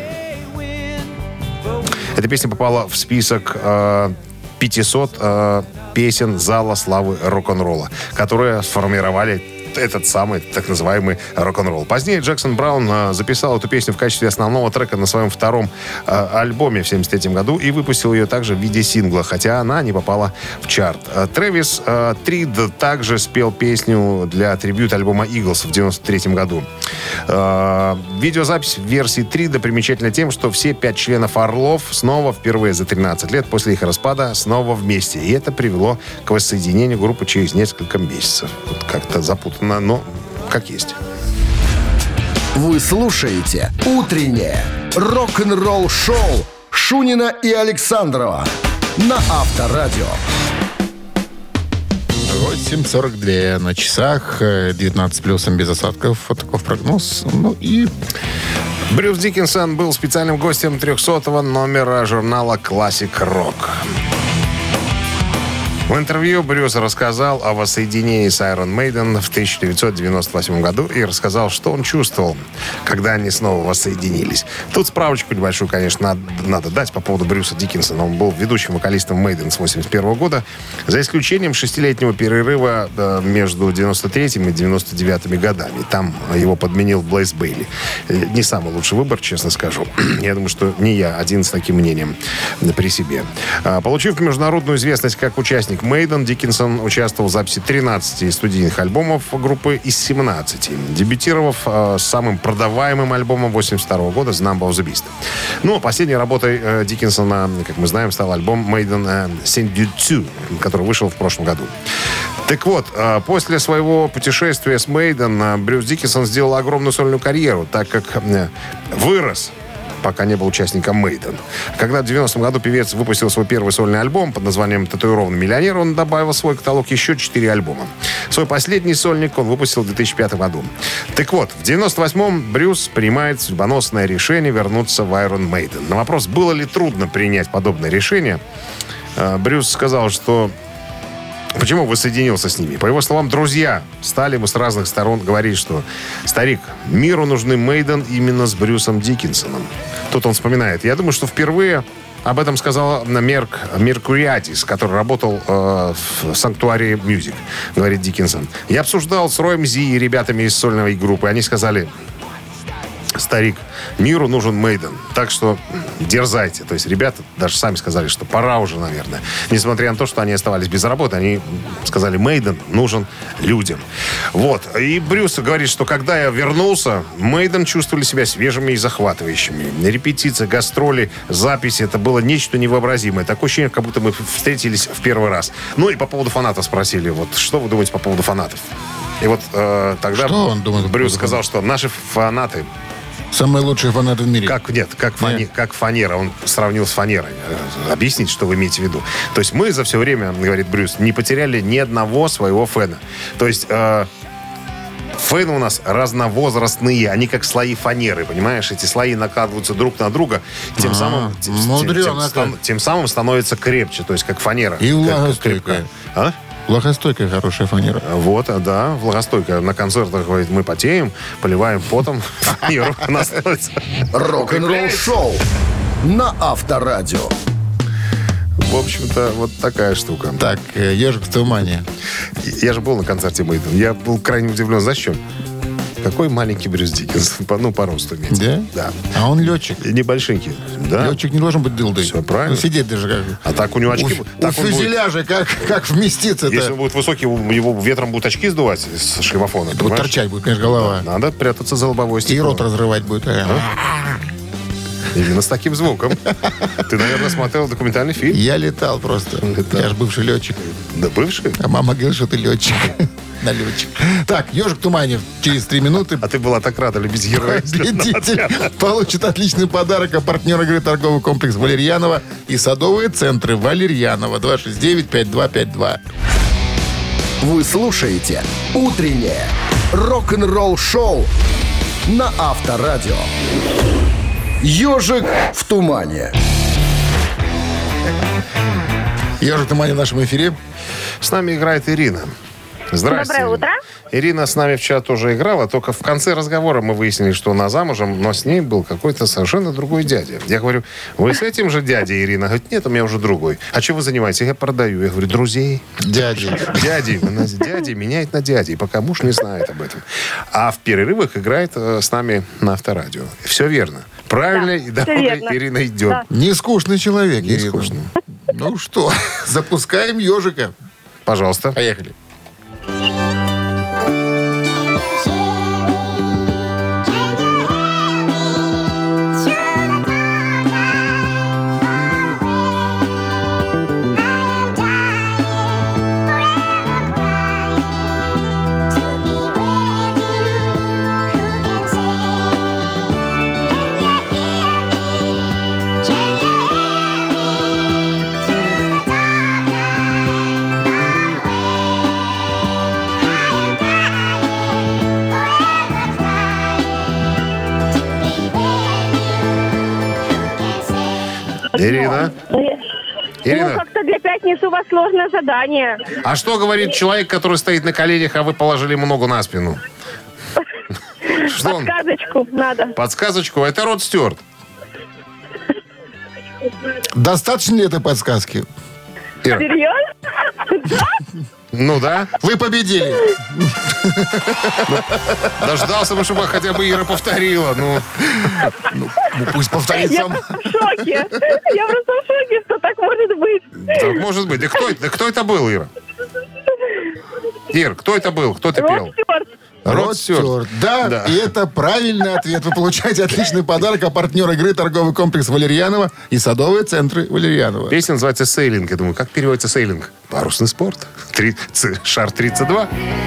эта песня попала в список э, пятисот э, песен зала славы рок-н-ролла, которые сформировали этот самый так называемый рок-н-ролл. Позднее Джексон Браун э, записал эту песню в качестве основного трека на своем втором э, альбоме в семьдесят третьем году и выпустил ее также в виде сингла, хотя она не попала в чарт. Э, Трэвис э, Трид также спел песню для трибьют-альбома Eagles в девяносто третьем году. Э, видеозапись в версии Трида примечательна тем, что все пять членов «Орлов» снова впервые за тринадцать лет после их распада снова вместе. И это привело к воссоединению группы через несколько месяцев. Вот как-то запутанно, но как есть. Вы слушаете «Утреннее рок-н-ролл-шоу» Шунина и Александрова на Авторадио. восемь сорок два на часах, девятнадцать плюсом без осадков. Вот таков прогноз. Ну и... Брюс Диккинсон был специальным гостем трехсотого номера журнала «Классик Рок». В интервью Брюс рассказал о воссоединении с Iron Maiden в тысяча девятьсот девяносто восьмом году и рассказал, что он чувствовал, когда они снова воссоединились. Тут справочку небольшую, конечно, надо, надо дать по поводу Брюса Диккинсона. Он был ведущим вокалистом Maiden с восемьдесят первого года, за исключением шестилетнего перерыва между девяносто третьим и девяносто девятым годами. Там его подменил Блейз Бейли. Не самый лучший выбор, честно скажу. Я думаю, что не я один с таким мнением при себе. Получив международную известность как участник Maiden, Диккинсон участвовал в записи тринадцати студийных альбомов группы из семнадцати, дебютировав э, с самым продаваемым альбомом восемьдесят второго года «The Number of the Beast». Ну, а последней работой э, Диккинсона, как мы знаем, стал альбом Maiden э, Send You To, который вышел в прошлом году. Так вот, э, после своего путешествия с Maiden э, Брюс Диккинсон сделал огромную сольную карьеру, так как э, вырос, пока не был участником Maiden. Когда в девяностом году певец выпустил свой первый сольный альбом под названием «Татуированный миллионер», он добавил в свой каталог еще четыре альбома. Свой последний сольник он выпустил в две тысячи пятом году. Так вот, в девяносто восьмом Брюс принимает судьбоносное решение вернуться в Iron Maiden. На вопрос, было ли трудно принять подобное решение, Брюс сказал, что почему воссоединился с ними? По его словам, друзья стали ему с разных сторон говорить, что «Старик, миру нужны Мейден именно с Брюсом Диккинсоном». Тут он вспоминает. Я думаю, что впервые об этом сказал Мерк Меркуриатис, который работал э, в Sanctuary Music, говорит Диккинсон. «Я обсуждал с Роем Зи и ребятами из сольной группы. Они сказали: старик, миру нужен Мейден. Так что дерзайте». То есть ребята даже сами сказали, что пора уже, наверное. Несмотря на то, что они оставались без работы, они сказали, Мейден нужен людям. Вот. И Брюс говорит, что когда я вернулся, Мейден чувствовали себя свежими и захватывающими. Репетиции, гастроли, записи — это было нечто невообразимое. Такое ощущение, как будто мы встретились в первый раз. Ну и по поводу фанатов спросили. Вот что вы думаете по поводу фанатов? И вот э, тогда что он думает, Брюс сказал, что наши фанаты... Самые лучшие фанаты в мире. Как, нет, как, фане, нет. как фанера. Он сравнил с фанерой. Объясните, что вы имеете в виду. То есть мы за все время, говорит Брюс, не потеряли ни одного своего фэна. То есть э, фэны у нас разновозрастные. Они как слои фанеры, понимаешь? Эти слои накладываются друг на друга. Тем, А, самым, тем, мудрено тем, как. тем, тем самым становится крепче. То есть как фанера. И как- влагостойкая. А? Влагостойкая хорошая фанера. Вот, да, влагостойкая. На концертах, говорит, мы потеем, поливаем потом фанеру. Она становится... Рок-н-ролл-шоу на Авторадио. В общем-то, вот такая штука. Так, э, «Ежик в тумане». Я же был на концерте Мейден. Я был крайне удивлен. Знаешь, в чем? Какой маленький Брюс Диккинсон. По- Ну, по росту имеется. Да? Да. А он летчик. И небольшенький. Да. Летчик не должен быть дылдой. Всё правильно. Ну, сидеть даже как... А так у него очки... У, так у он будет- фюзеляжа как, как вместиться-то? Если он будет высокий, его его ветром будут очки сдувать с шлемофона. Вот понимаешь? торчать будет, конечно, голова. Надо прятаться за лобовое И стекло. рот разрывать будет. А? Именно с таким звуком. Ты, наверное, смотрел документальный фильм? Я летал просто. Летал. Я же бывший летчик. Да бывший? А мама говорит, что ты летчик. На летчик. Так, «Ежик в тумане» через три минуты. А ты была так рада любить героя. Победитель получит отличный подарок. А партнер игры — торговый комплекс «Валерьянова» и садовые центры «Валерьянова». два шесть девять пять два пять два. Вы слушаете «Утреннее рок-н-ролл-шоу» на Авторадио. «Ежик в тумане». Ежик Тумани в нашем эфире. С нами играет Ирина. Здрасте. Доброе утро. Ирина с нами вчера тоже играла, только в конце разговора мы выяснили, что она замужем, но с ней был какой-то совершенно другой дядя. Я говорю, вы с этим же дядей, Ирина? Говорит, нет, у меня уже другой. А чем вы занимаетесь? Я продаю. Я говорю, друзей. Дяди. Дяди. Дяди меняет на дяди, пока муж не знает об этом. А в перерывах играет э, с нами на Авторадио. Все верно. Правильной Да, дорогой верно. Ирина идет. Да. Не скучный человек, Не Ирина. скучно. Ну что, запускаем ежика. Пожалуйста. Поехали. Ирина. Ну, Ирина, как-то для пятницы у вас сложное задание. а что говорит человек, который стоит на коленях, а вы положили ему ногу на спину? Что он? Подсказочку надо. Подсказочку. Это Род Стюарт. Достаточно ли этой подсказки? Ира. Серьезно? Ну да. Вы победили. Дождался бы, чтобы хотя бы Ира повторила. Ну, Ну, пусть повторит Я сам. просто в шоке. Я просто в шоке, что так может быть. так может быть. Да кто, это- да кто это был, Ира? Ир, кто это был? Кто ты пел? Род Стюарт. Род Стюарт. Да, Да. и это правильный ответ. Вы получаете отличный подарок. А партнер игры торговый комплекс Валерьянова и садовые центры Валерьянова. Песня называется «Сейлинг». Я думаю, как переводится «сейлинг»? Парусный спорт. Три, ц- шар тридцать два.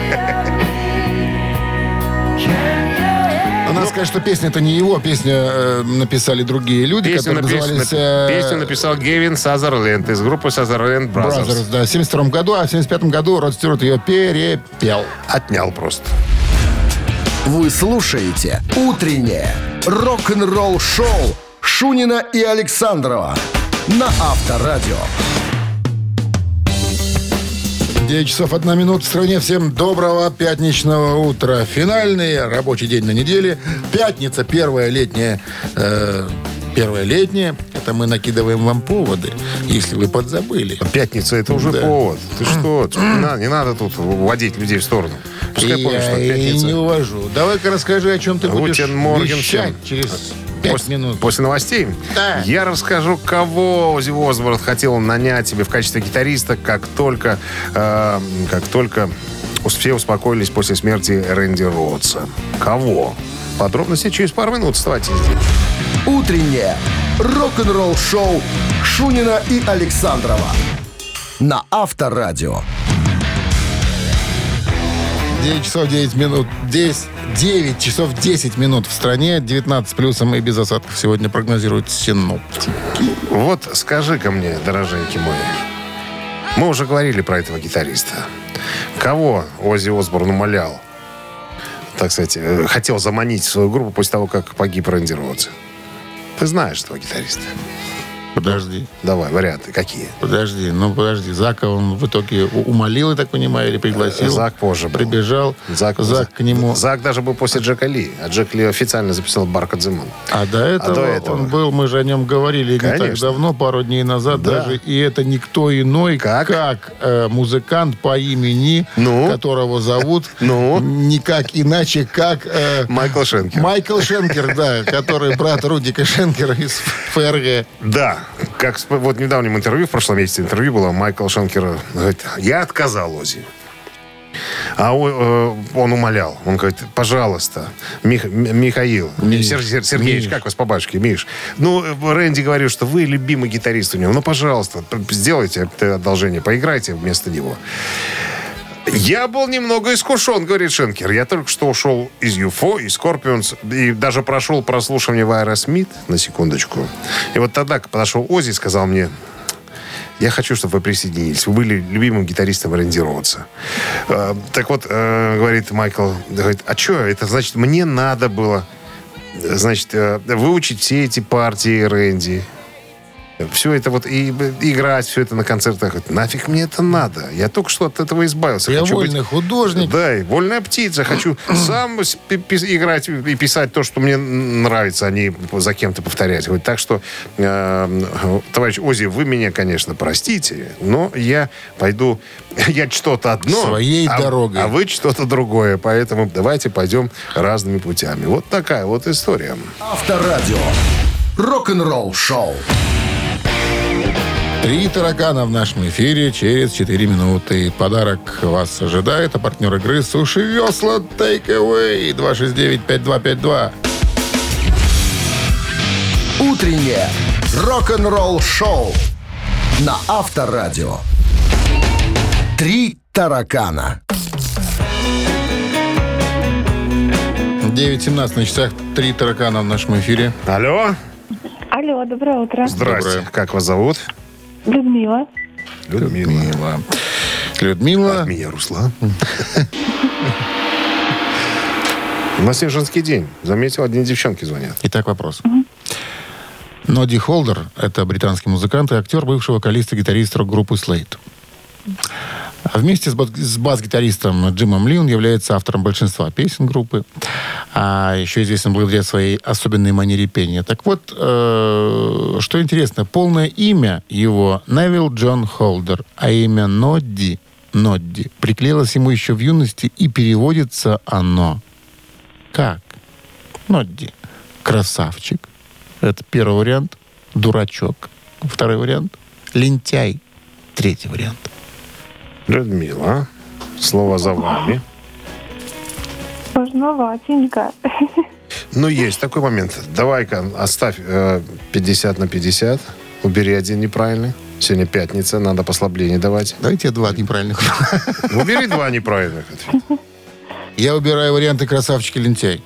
Надо сказать, что песня это не его. Песню э, написали другие люди, Песню, которые напис- назывались... нап- э, песню написал Гевин Сазерленд из группы Сазерленд Brothers, Brothers. да, в семьдесят втором году, а в семьдесят пятом году Род Стюарт ее перепел. Отнял просто. Вы слушаете «Утреннее рок-н-ролл-шоу» Шунина и Александрова на Авторадио. девять часов одна минута в стране. Всем доброго пятничного утра. Финальный рабочий день на неделе. Пятница, первая летняя... Э, первая летняя. Это мы накидываем вам поводы, если вы подзабыли. Пятница — это уже Да. повод. Ты что? Не надо, не надо тут водить людей в сторону. Пускай И помнят, что я и пятница. не увожу. Давай-ка расскажи, о чем ты будешь Гутен Моргенштерн. вещать через пять После, минут. после новостей Да. я расскажу, кого Оззи Осборн хотел нанять себе в качестве гитариста, как только, э, как только ус- все успокоились после смерти Рэнди Роудса. Кого? Подробности через пару минут. Вставайте здесь. Утреннее рок-н-ролл-шоу Шунина и Александрова на Авторадио. девять часов девять минут. десять, девять часов десять минут в стране. девятнадцать плюсом и без осадков сегодня прогнозируют синоптики. Вот скажи-ка мне, дороженький мой, мы уже говорили про этого гитариста. Кого Оззи Осборн умолял, так сказать, э, хотел заманить в свою группу после того, как погиб Рэнди Роудс? Ты знаешь этого гитариста? Подожди, Давай, варианты какие? подожди, ну подожди. Зака он в итоге у- умолил, я так понимаю, или пригласил. Зак позже был. Прибежал. Зак, Зак к нему. Зак даже был после Джека Ли. А Джек Ли официально записал «Барк от Зимон». А до этого, до этого? он был, мы же о нем говорили не так Конечно. давно, пару дней назад Да. даже. И это никто иной, Как? как э, музыкант по имени, Ну? которого зовут Ну? никак иначе, как... э, Майкл Шенкер. Майкл Шенкер, да, который брат Рудика Шенкера из ФРГ. Да, как в- вот в недавнем интервью, в прошлом месяце интервью было, Майкл Шенкер говорит, я отказал Оззи. А о- э, он умолял. Он говорит, пожалуйста, Мих- М- Михаил, Миш, Сер- Сер- Сергеевич, Миш. как вас по батюшке, Миш? Ну, э, Рэнди говорит, что вы любимый гитарист у него. Ну, пожалуйста, п- сделайте это одолжение, поиграйте вместо него. Я был немного искушен, говорит Шенкер. Я только что ушел из ю эф о, из Scorpions, и даже прошел прослушивание в Aerosmith, на секундочку. И вот тогда подошел Оззи и сказал мне, я хочу, чтобы вы присоединились. Вы были любимым гитаристом Рэнди Роудса. Э, так вот, э, говорит Майкл, говорит, а что, это значит, мне надо было, значит, э, выучить все эти партии Рэнди. все это вот и играть, все это на концертах. Нафиг мне это надо? Я только что от этого избавился. Я Хочу вольный быть... художник. Да, и вольная птица. Хочу сам играть и писать то, что мне нравится, а не за кем-то повторять. Вот, так что, э, товарищ Оззи, вы меня, конечно, простите, но я пойду... Я что-то одно, своей а, дорогой. А вы что-то другое. Поэтому давайте пойдем разными путями. Вот такая вот история. Авторадио. Рок-н-ролл шоу. Три таракана в нашем эфире через четыре минуты. Подарок вас ожидает. А партнер игры «Суши Весла» Take Away. два шесть девять пять два пять два. Утреннее рок-н-ролл шоу на Авторадио. Три таракана. девять семнадцать на часах. Три таракана в нашем эфире. Алло. Алло, доброе утро. Здрасте. Доброе. Как вас зовут? Людмила. Людмила. Людмила. Людмила. От меня Руслан. У нас сегодня женский день. Заметил, одни девчонки звонят. Итак, вопрос. Ноди Холдер – это британский музыкант и актер, бывший вокалист и гитарист рок-группы Slade. А вместе с, бас- с бас-гитаристом Джимом Ли он является автором большинства песен группы. А еще известен благодаря своей особенной манере пения. Так вот, э- что интересно, полное имя его Невил Джон Холдер, а имя Нодди, Нодди приклеилось ему еще в юности, и переводится оно как? Нодди. Красавчик. Это первый вариант. Дурачок. Второй вариант. Лентяй. Третий вариант. Людмила, слово за вами. Сложноватенько. Ну, есть такой момент. Давай-ка оставь э, пятьдесят на пятьдесят. Убери один неправильный. Сегодня пятница, надо послабление давать. Давайте два неправильных. Убери два неправильных ответа. Я убираю варианты красавчик и лентяй.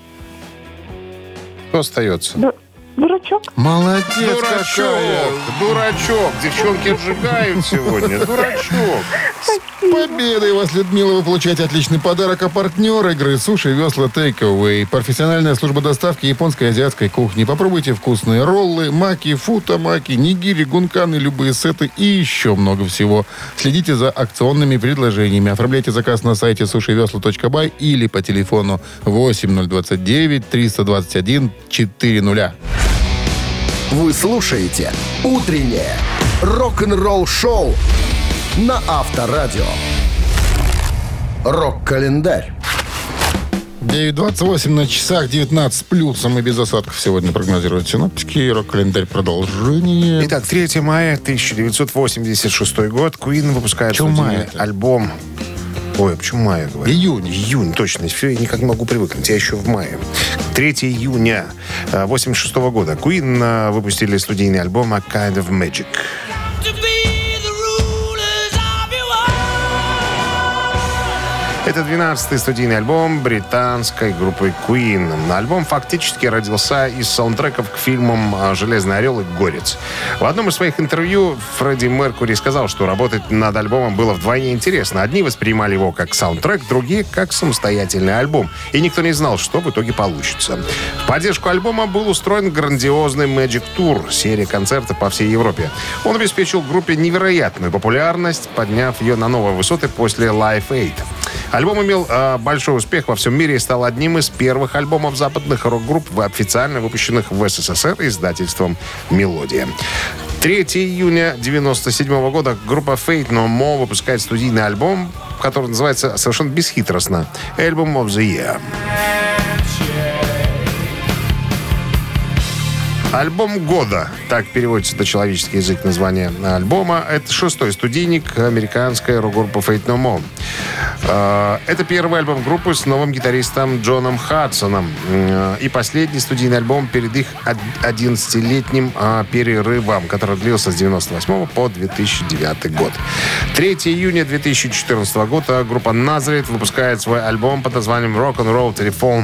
Что остается? Ду- Дурачок? Молодец Дурачок, какая. дурачок. Девчонки отжигают сегодня. Дурачок. С победой вас, Людмила! Вы получаете отличный подарок. А партнер игры «Суши Весла Take Away». Профессиональная служба доставки японской и азиатской кухни. Попробуйте вкусные роллы, маки, футамаки, нигири, гунканы, любые сеты и еще много всего. Следите за акционными предложениями. Оформляйте заказ на сайте суши весла точка бай или по телефону восемь ноль двадцать девять триста двадцать один четыреста. Вы слушаете «Утреннее рок-н-ролл-шоу» на Авторадио. Рок-календарь. девять двадцать восемь на часах, девятнадцать плюсом и без осадков сегодня прогнозируют синоптики. Рок-календарь продолжение. Итак, третьего мая тысяча девятьсот восемьдесят шестой год. Queen выпускает Почему студийный мая-то? альбом. Ой, а почему мая, говорю? Июнь. Июнь, точно. Все, я никак не могу привыкнуть. Я еще в мае. третьего июня восемьдесят шестого года Queen а, выпустили студийный альбом «A Kind of Magic». Это двенадцатый студийный альбом британской группы Queen. Альбом фактически родился из саундтреков к фильмам «Железный орел» и «Горец». В одном из своих интервью Фредди Меркьюри сказал, что работать над альбомом было вдвойне интересно. Одни воспринимали его как саундтрек, другие — как самостоятельный альбом. И никто не знал, что в итоге получится. В поддержку альбома был устроен грандиозный Magic Tour, серия концертов по всей Европе. Он обеспечил группе невероятную популярность, подняв ее на новые высоты после Live Aid. Альбом имел э, большой успех во всем мире и стал одним из первых альбомов западных рок-групп, официально выпущенных в СССР издательством «Мелодия». третьего июня девяносто седьмого года группа Faith No More выпускает студийный альбом, который называется совершенно бесхитростно «Album of the Year». Альбом года. Так переводится на человеческий язык название альбома. Это шестой студийник американской рок-группы Faith No More. Это первый альбом группы с новым гитаристом Джоном Хадсоном. И последний студийный альбом перед их одиннадцатилетним перерывом, который длился с девяносто восьмого по две тысячи девятый год. третьего июня две тысячи четырнадцатого года группа Nazareth выпускает свой альбом под названием Rock'n'Roll Telephone.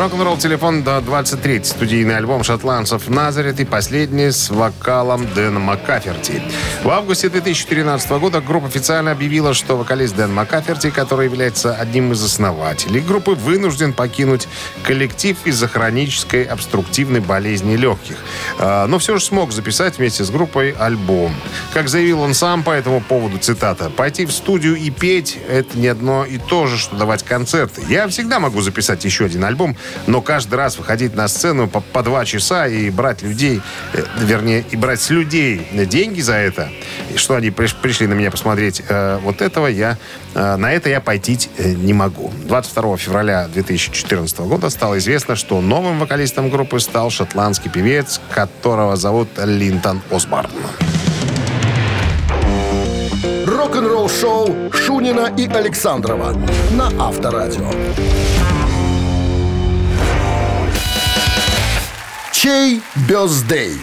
Рок-н-ролл телефон до двадцать третий. Студийный альбом шотландцев «Назарет» и последний с вокалом Дэна Маккаферти. В августе две тысячи тринадцатого года группа официально объявила, что вокалист Дэн Маккаферти, который является одним из основателей группы, вынужден покинуть коллектив из-за хронической обструктивной болезни легких. Но все же смог записать вместе с группой альбом. Как заявил он сам по этому поводу, цитата: «Пойти в студию и петь — это не одно и то же, что давать концерты. Я всегда могу записать еще один альбом, но каждый раз выходить на сцену по, по два часа и брать людей, э, вернее, и брать с людей деньги за это, что они приш, пришли на меня посмотреть, э, вот этого я, э, на это я пойти э, не могу». двадцать второго февраля две тысячи четырнадцатого года стало известно, что новым вокалистом группы стал шотландский певец, которого зовут Линтон Осборн. Рок-н-ролл-шоу Шунина и Александрова на Авторадио. Чей бёздей?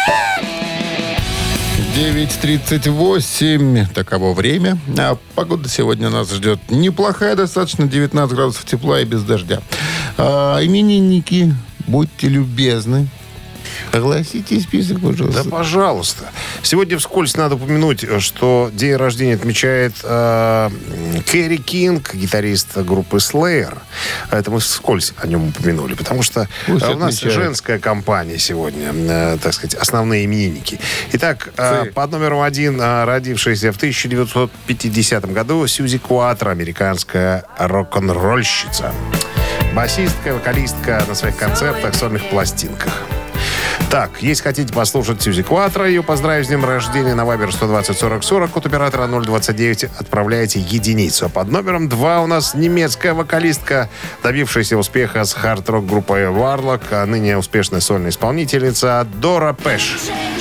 девять тридцать восемь. Таково время. А погода сегодня нас ждет неплохая, достаточно девятнадцать градусов тепла и без дождя. А, именинники, будьте любезны, огласите список, пожалуйста. Да, пожалуйста. Сегодня вскользь надо упомянуть, что день рождения отмечает э, Кэрри Кинг, гитарист группы Slayer. Это мы вскользь о нем упомянули, потому что э, у нас женская компания сегодня, э, так сказать, основные именинники. Итак, э, под номером один э, родившаяся в тысяча девятьсот пятидесятом году Сьюзи Куатро, американская рок-н-ролльщица. Басистка, вокалистка на своих концертах, сольных пластинках. Так, если хотите послушать Сьюзи Куатро, ее поздравить с днем рождения, на Вайбер сто двадцать сорок сорок, код оператора ноль двадцать девять, отправляете единицу. А под номером два у нас немецкая вокалистка, добившаяся успеха с хард-рок группой Warlock, а ныне успешная сольная исполнительница Дора Пэш.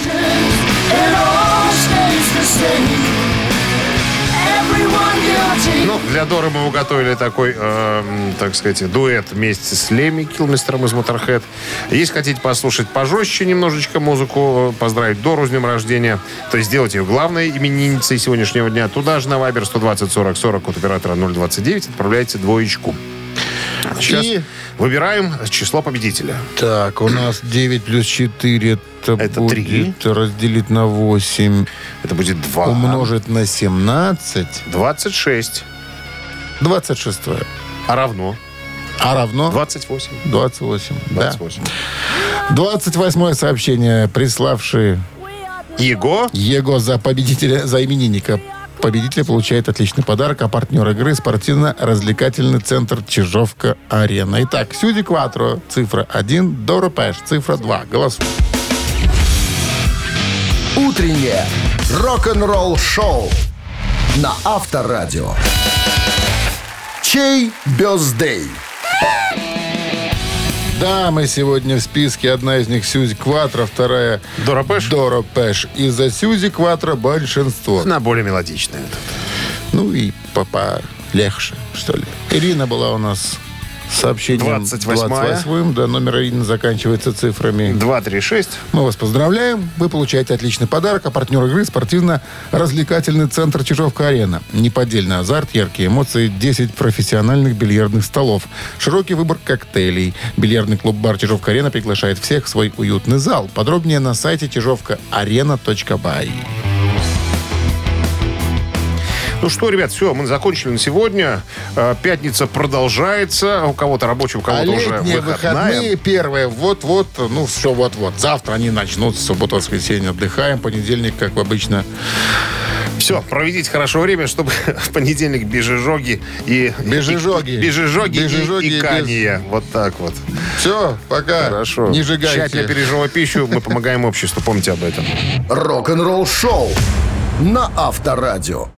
Ну, для Доры мы уготовили такой, э, так сказать, дуэт вместе с Лемми Килмистером из Motorhead. Если хотите послушать пожестче немножечко музыку, поздравить Дору с днем рождения, то есть сделать ее главной именинницей сегодняшнего дня, туда же на Вайбер сто двадцать сорок сорок, код оператора ноль двадцать девять, отправляйте двоечку. Сейчас и выбираем число победителя. Так, у нас девять плюс четыре это, это будет три. Разделить на восемь. Это будет два. Умножить на семнадцать. двадцать шесть. двадцать шесть. А равно? А равно? двадцать восемь. двадцать восемь, двадцать восемь. Да. двадцать восьмое сообщение, приславший Его? Его за победителя, за именинника. Победитель получает отличный подарок, а партнер игры — спортивно-развлекательный центр «Чижовка-Арена». Итак, Сьюзи Куатро, цифра один, Дора Пэш, цифра два. Голосуем. Утреннее рок-н-ролл-шоу на Авторадио. Чей бёздей? Да, мы сегодня в списке. Одна из них Сьюзи Куатро, вторая Дора Пэш. Дора Пэш. И за Сьюзи Куатро большинство. Она более мелодичная. Ну и полегче, что ли. Ирина была у нас с сообщением двадцать восьмое. Да, номер Ирины заканчивается цифрами два три шесть. Мы вас поздравляем. Вы получаете отличный подарок. А партнер игры — спортивно-развлекательный центр «Чижовка-Арена». Неподдельный азарт, яркие эмоции, десять профессиональных бильярдных столов, широкий выбор коктейлей. Бильярдный клуб-бар «Чижовка-Арена» приглашает всех в свой уютный зал. Подробнее на сайте чижовка арена точка бай. Ну что, ребят, все, мы закончили на сегодня. Пятница продолжается. У кого-то рабочий, у кого-то а уже летние выходная. Выходные первые. Вот-вот, ну все вот-вот. Завтра они начнутся. Суббота, воскресенье отдыхаем. Понедельник, как обычно. Все, проведите хорошо время, чтобы в понедельник бежежоги и... Бежежоги. И, бежежоги, бежежоги и, и кания. Без... Вот так вот. Все, пока. Хорошо. Не жигайте. Тщательно пережевывая пищу, мы помогаем обществу. Помните об этом. Рок-н-ролл-шоу на Авторадио.